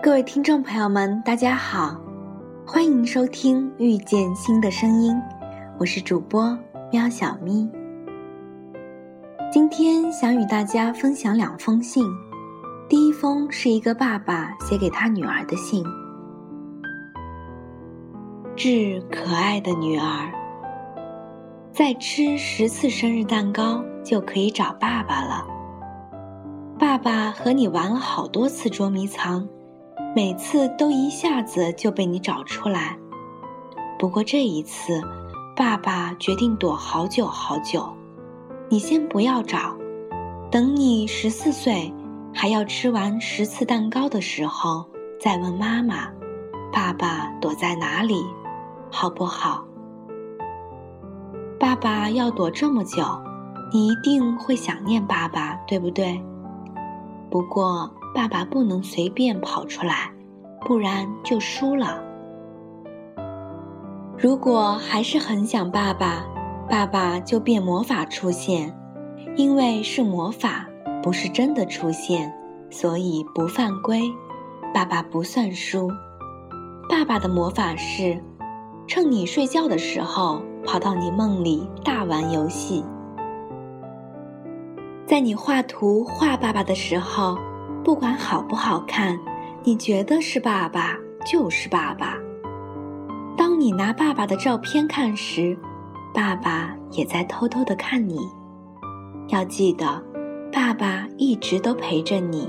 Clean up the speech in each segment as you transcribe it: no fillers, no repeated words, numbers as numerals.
各位听众朋友们，大家好，欢迎收听遇见新的声音，我是主播喵小咪。今天想与大家分享2封信，第一封是一个爸爸写给他女儿的信。致可爱的女儿，再吃10次生日蛋糕就可以找爸爸了。爸爸和你玩了好多次捉迷藏，每次都一下子就被你找出来。不过这一次，爸爸决定躲好久好久。你先不要找，等你14岁，还要吃完10次蛋糕的时候，再问妈妈，爸爸躲在哪里，好不好？爸爸要躲这么久，你一定会想念爸爸，对不对？不过，爸爸不能随便跑出来，不然就输了。如果还是很想爸爸，爸爸就变魔法出现，因为是魔法，不是真的出现，所以不犯规，爸爸不算输。爸爸的魔法是，趁你睡觉的时候，跑到你梦里大玩游戏。在你画图画爸爸的时候，不管好不好看，你觉得是爸爸就是爸爸。当你拿爸爸的照片看时，爸爸也在偷偷地看你。要记得，爸爸一直都陪着你。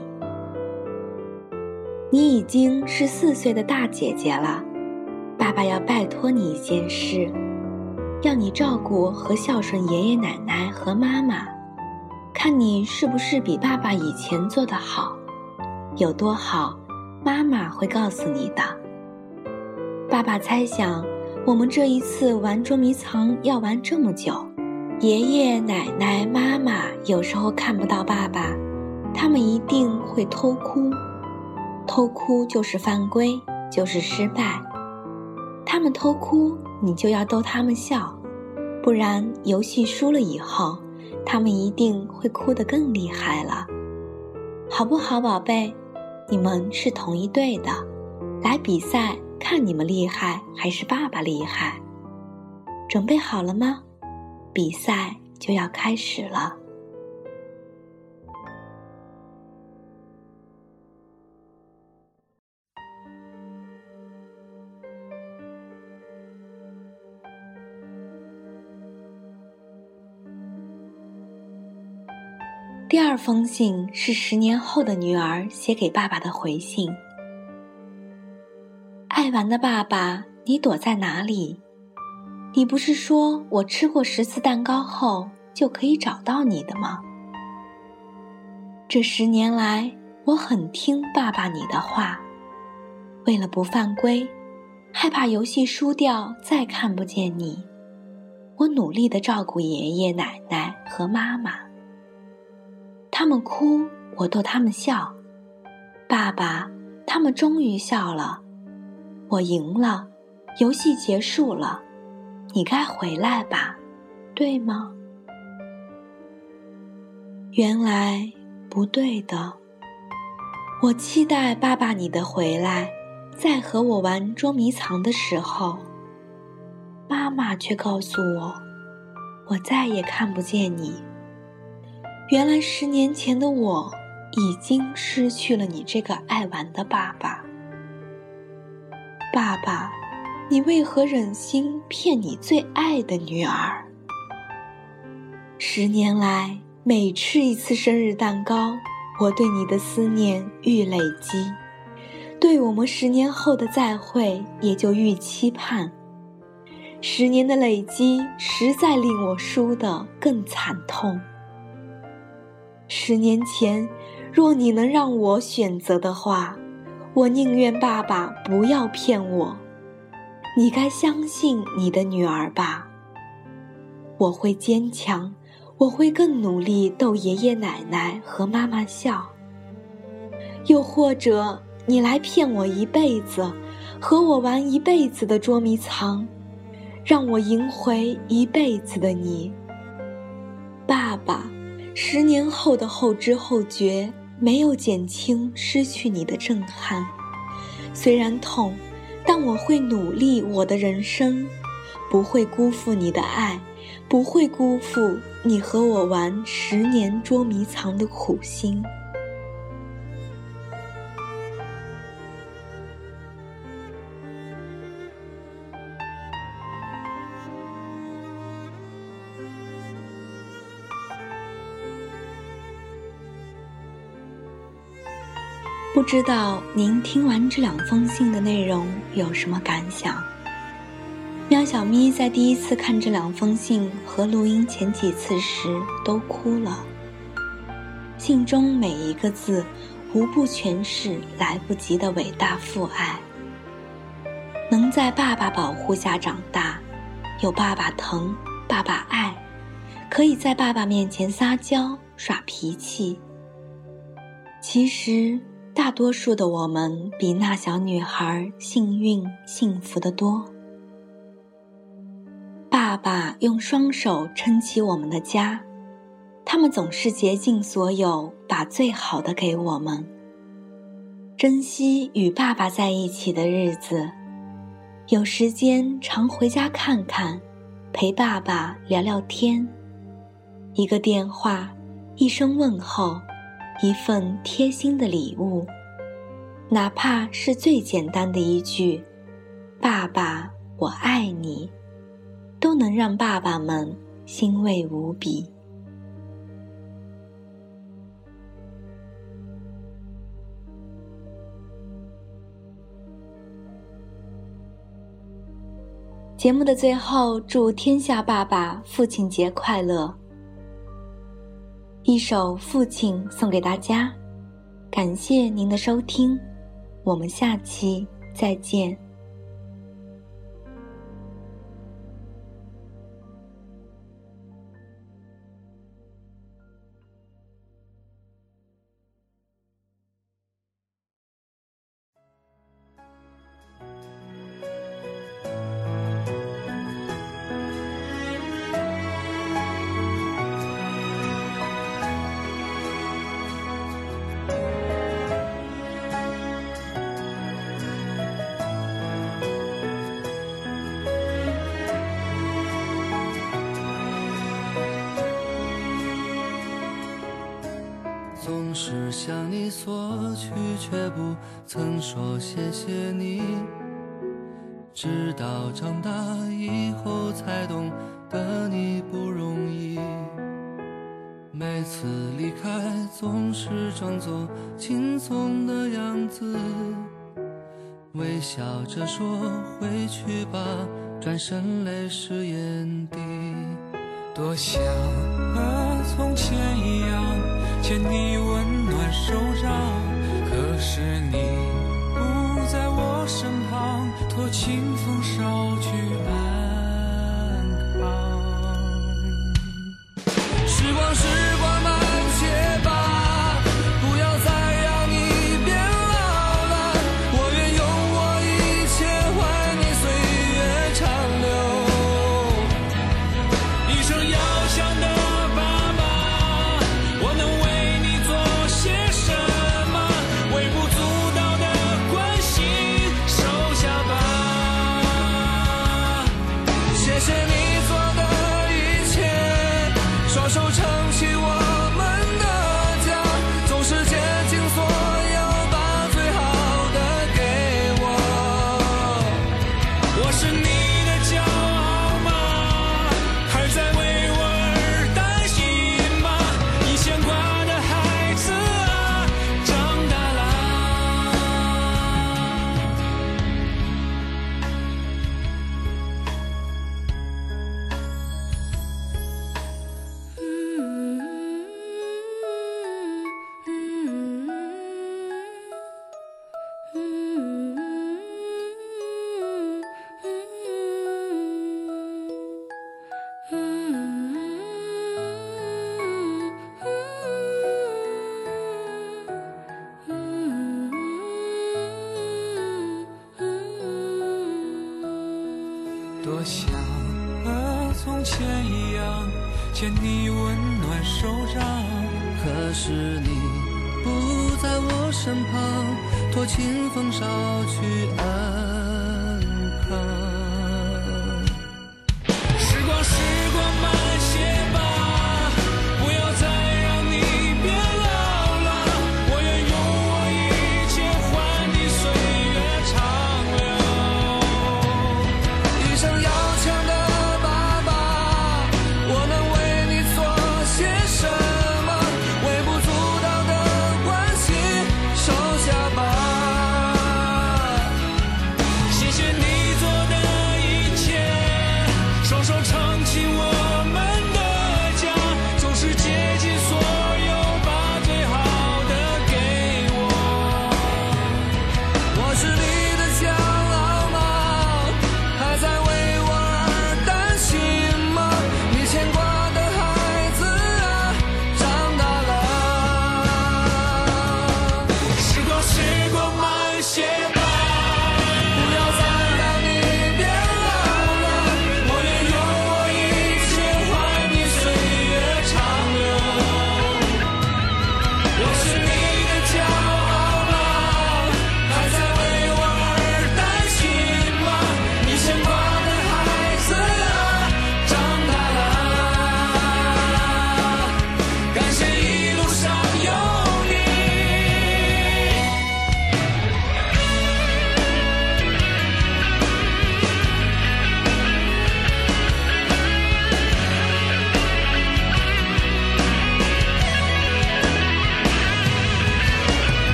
你已经是4岁的大姐姐了，爸爸要拜托你一件事，要你照顾和孝顺爷爷奶奶和妈妈，看你是不是比爸爸以前做得好，有多好，妈妈会告诉你的。爸爸猜想，我们这一次玩捉迷藏要玩这么久，爷爷奶奶妈妈有时候看不到爸爸，他们一定会偷哭。偷哭就是犯规，就是失败。他们偷哭，你就要逗他们笑，不然游戏输了以后，他们一定会哭得更厉害了。好不好，宝贝？你们是同一队的，来比赛，看你们厉害还是爸爸厉害。准备好了吗？比赛就要开始了。第2封信是10年后的女儿写给爸爸的回信。爱玩的爸爸，你躲在哪里？你不是说我吃过10次蛋糕后就可以找到你的吗？这10年来，我很听爸爸你的话，为了不犯规，害怕游戏输掉再看不见你，我努力地照顾爷爷奶奶和妈妈。他们哭，我逗他们笑。爸爸，他们终于笑了。我赢了，游戏结束了，你该回来吧，对吗？原来不对的。我期待爸爸你的回来，在和我玩捉迷藏的时候，妈妈却告诉我，我再也看不见你。原来10年前的我已经失去了你这个爱玩的爸爸。爸爸，你为何忍心骗你最爱的女儿？10年来，每吃1次生日蛋糕，我对你的思念愈累积，对我们10年后的再会也就愈期盼。10年的累积实在令我输得更惨痛。10年前，若你能让我选择的话，我宁愿爸爸不要骗我。你该相信你的女儿吧。我会坚强，我会更努力逗爷爷奶奶和妈妈笑。又或者，你来骗我一辈子，和我玩一辈子的捉迷藏，让我赢回一辈子的你。爸爸，10年后的后知后觉没有减轻失去你的震撼， 虽然痛，但我会努力我的人生，不会辜负你的爱，不会辜负你和我玩10年捉迷藏的苦心。不知道您听完这2封信的内容有什么感想？喵小咪在第一次看这2封信和录音前几次时都哭了。信中每一个字无不诠释来不及的伟大父爱。能在爸爸保护下长大，有爸爸疼，爸爸爱，可以在爸爸面前撒娇耍脾气。其实大多数的我们比那小女孩幸运幸福得多。爸爸用双手撑起我们的家，他们总是竭尽所有把最好的给我们。珍惜与爸爸在一起的日子，有时间常回家看看，陪爸爸聊聊天。一个电话，一声问候，一份贴心的礼物，哪怕是最简单的一句“爸爸，我爱你”，都能让爸爸们欣慰无比。节目的最后，祝天下爸爸父亲节快乐。一首《父亲》送给大家，感谢您的收听，我们下期再见。 总是向你索取，却不曾说谢谢你。直到长大以后才懂得你不容易。每次离开总是装作轻松的样子，微笑着说回去吧，转身泪湿眼底。 多想和从前一样牵你温暖手掌，可是你不在我身旁，托清风捎去安康。时光慢些吧，不要再让你变老了，我愿用我一切换你岁月长流。一生要强的爸爸，我能为你做些什么？微不足道的关心收下吧。谢谢你做的一切，双手撑起我们的家，总是竭尽所有把最好的给我。我是你的骄傲吗？还在为我而担心吗？已牵挂的孩子啊，长大啦。多想和从前一样牵你温暖手掌， 可是你不在我身旁， 或清风捎去安